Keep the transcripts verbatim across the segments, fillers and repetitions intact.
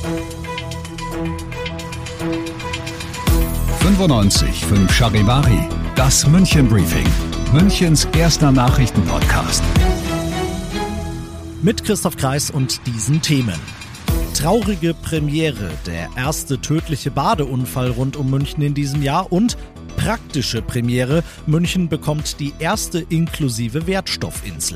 fünfundneunzig Komma fünf Charivari, das München Briefing, Münchens erster Nachrichtenpodcast. Mit Christoph Kreis und diesen Themen. Traurige Premiere, der erste tödliche Badeunfall rund um München in diesem Jahr und praktische Premiere, München bekommt die erste inklusive Wertstoffinsel.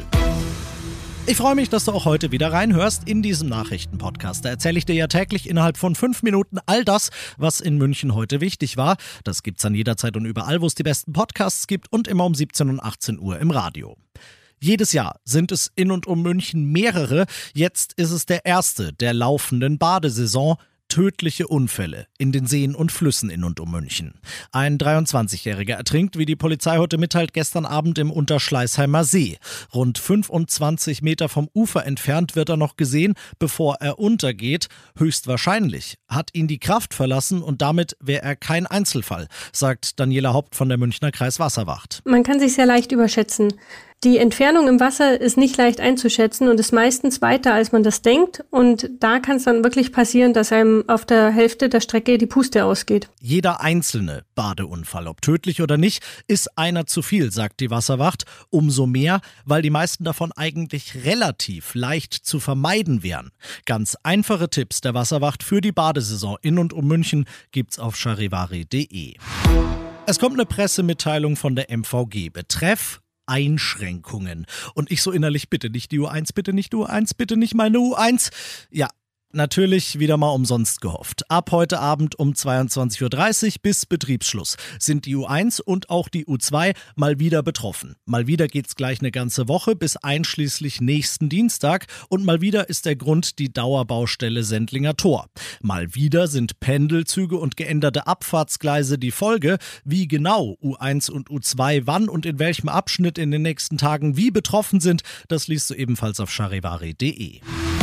Ich freue mich, dass du auch heute wieder reinhörst in diesem Nachrichtenpodcast. Da erzähle ich dir ja täglich innerhalb von fünf Minuten all das, was in München heute wichtig war. Das gibt's dann jederzeit und überall, wo es die besten Podcasts gibt und immer um siebzehn und achtzehn Uhr im Radio. Jedes Jahr sind es in und um München mehrere. Jetzt ist es der erste der laufenden Badesaison. Tödliche Unfälle in den Seen und Flüssen in und um München. Ein dreiundzwanzigjähriger ertrinkt, wie die Polizei heute mitteilt, gestern Abend im Unterschleißheimer See. Rund fünfundzwanzig Meter vom Ufer entfernt wird er noch gesehen, bevor er untergeht. Höchstwahrscheinlich hat ihn die Kraft verlassen und damit wäre er kein Einzelfall, sagt Daniela Haupt von der Münchner Kreiswasserwacht. Man kann sich sehr leicht überschätzen. Die Entfernung im Wasser ist nicht leicht einzuschätzen und ist meistens weiter, als man das denkt. Und da kann es dann wirklich passieren, dass einem auf der Hälfte der Strecke die Puste ausgeht. Jeder einzelne Badeunfall, ob tödlich oder nicht, ist einer zu viel, sagt die Wasserwacht. Umso mehr, weil die meisten davon eigentlich relativ leicht zu vermeiden wären. Ganz einfache Tipps der Wasserwacht für die Badesaison in und um München gibt's auf charivari punkt de. Es kommt eine Pressemitteilung von der M V G betreff Einschränkungen. Und ich so innerlich, bitte nicht die U eins, bitte nicht die U eins, bitte nicht meine U eins. Ja, natürlich wieder mal umsonst gehofft. Ab heute Abend um zweiundzwanzig Uhr dreißig bis Betriebsschluss sind die U eins und auch die U zwei mal wieder betroffen. Mal wieder geht's gleich eine ganze Woche bis einschließlich nächsten Dienstag und mal wieder ist der Grund die Dauerbaustelle Sendlinger Tor. Mal wieder sind Pendelzüge und geänderte Abfahrtsgleise die Folge. Wie genau U eins und U zwei wann und in welchem Abschnitt in den nächsten Tagen wie betroffen sind, das liest du ebenfalls auf charivari punkt de.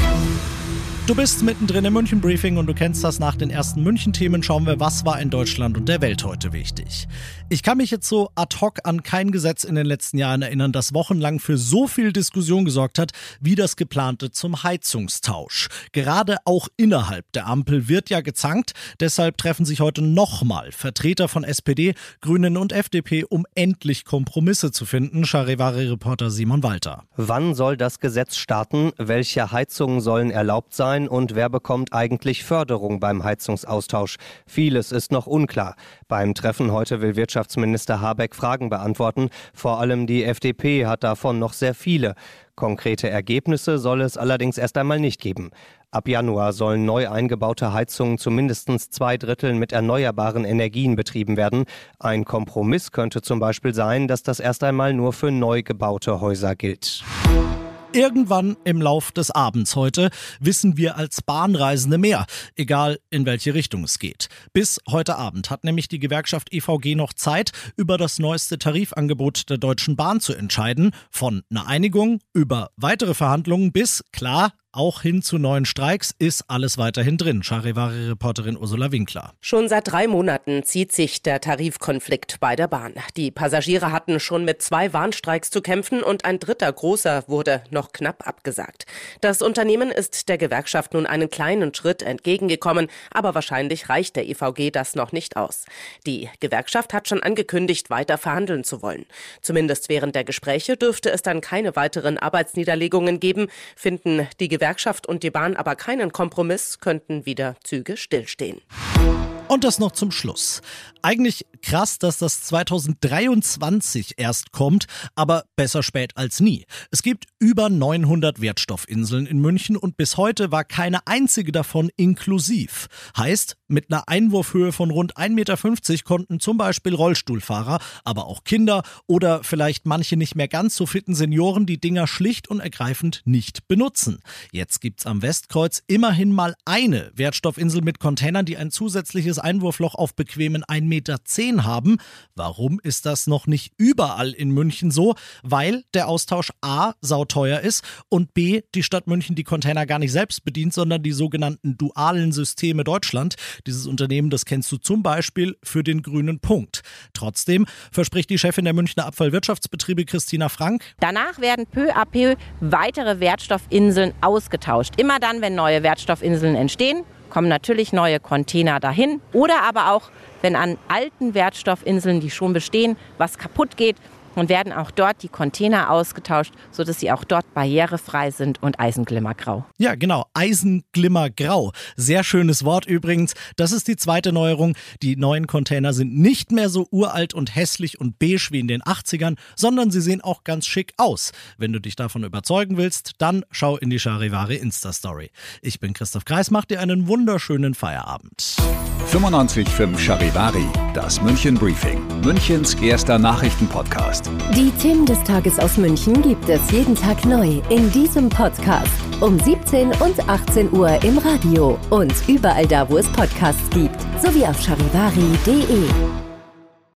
Du bist mittendrin im München Briefing und du kennst das. Nach den ersten München-Themen schauen wir, was war in Deutschland und der Welt heute wichtig. Ich kann mich jetzt so ad hoc an kein Gesetz in den letzten Jahren erinnern, das wochenlang für so viel Diskussion gesorgt hat, wie das geplante zum Heizungstausch. Gerade auch innerhalb der Ampel wird ja gezankt. Deshalb treffen sich heute nochmal Vertreter von S P D, Grünen und F D P, um endlich Kompromisse zu finden. Charivari-Reporter Simon Walter. Wann soll das Gesetz starten? Welche Heizungen sollen erlaubt sein? Und wer bekommt eigentlich Förderung beim Heizungsaustausch? Vieles ist noch unklar. Beim Treffen heute will Wirtschaftsminister Habeck Fragen beantworten. Vor allem die F D P hat davon noch sehr viele. Konkrete Ergebnisse soll es allerdings erst einmal nicht geben. Ab Januar sollen neu eingebaute Heizungen zu mindestens zwei Dritteln mit erneuerbaren Energien betrieben werden. Ein Kompromiss könnte zum Beispiel sein, dass das erst einmal nur für neu gebaute Häuser gilt. Irgendwann im Lauf des Abends heute wissen wir als Bahnreisende mehr, egal in welche Richtung es geht. Bis heute Abend hat nämlich die Gewerkschaft E V G noch Zeit, über das neueste Tarifangebot der Deutschen Bahn zu entscheiden. Von einer Einigung über weitere Verhandlungen bis, klar, auch hin zu neuen Streiks ist alles weiterhin drin. Charivari-Reporterin Ursula Winkler. Schon seit drei Monaten zieht sich der Tarifkonflikt bei der Bahn. Die Passagiere hatten schon mit zwei Warnstreiks zu kämpfen und ein dritter großer wurde noch knapp abgesagt. Das Unternehmen ist der Gewerkschaft nun einen kleinen Schritt entgegengekommen, aber wahrscheinlich reicht der E V G das noch nicht aus. Die Gewerkschaft hat schon angekündigt, weiter verhandeln zu wollen. Zumindest während der Gespräche dürfte es dann keine weiteren Arbeitsniederlegungen geben, finden die Gewerkschaft und die Bahn aber keinen Kompromiss, könnten wieder Züge stillstehen. Und das noch zum Schluss. Eigentlich krass, dass das zweitausenddreiundzwanzig erst kommt, aber besser spät als nie. Es gibt über neunhundert Wertstoffinseln in München und bis heute war keine einzige davon inklusiv. Heißt, mit einer Einwurfhöhe von rund ein Meter fünfzig konnten zum Beispiel Rollstuhlfahrer, aber auch Kinder oder vielleicht manche nicht mehr ganz so fitten Senioren die Dinger schlicht und ergreifend nicht benutzen. Jetzt gibt's am Westkreuz immerhin mal eine Wertstoffinsel mit Containern, die ein zusätzliches Einwurfloch auf bequemen ein Meter zehn haben. Warum ist das noch nicht überall in München so? Weil der Austausch A sauteuer ist und B die Stadt München die Container gar nicht selbst bedient, sondern die sogenannten dualen Systeme Deutschland. Dieses Unternehmen, das kennst du zum Beispiel für den grünen Punkt. Trotzdem verspricht die Chefin der Münchner Abfallwirtschaftsbetriebe Christina Frank: Danach werden peu à peu weitere Wertstoffinseln ausgetauscht. Immer dann, wenn neue Wertstoffinseln entstehen, kommen natürlich neue Container dahin. Oder aber auch, wenn an alten Wertstoffinseln, die schon bestehen, was kaputt geht, und werden auch dort die Container ausgetauscht, sodass sie auch dort barrierefrei sind und eisenglimmergrau. Ja, genau, eisenglimmergrau. Sehr schönes Wort übrigens. Das ist die zweite Neuerung. Die neuen Container sind nicht mehr so uralt und hässlich und beige wie in den achtzigern, sondern sie sehen auch ganz schick aus. Wenn du dich davon überzeugen willst, dann schau in die Charivari Insta-Story. Ich bin Christoph Kreis, mach dir einen wunderschönen Feierabend. fünfundneunzig Komma fünf Charivari, das München Briefing, Münchens erster Nachrichtenpodcast. Die Themen des Tages aus München gibt es jeden Tag neu in diesem Podcast. Um siebzehn und achtzehn Uhr im Radio und überall da, wo es Podcasts gibt. Sowie auf charivari punkt de.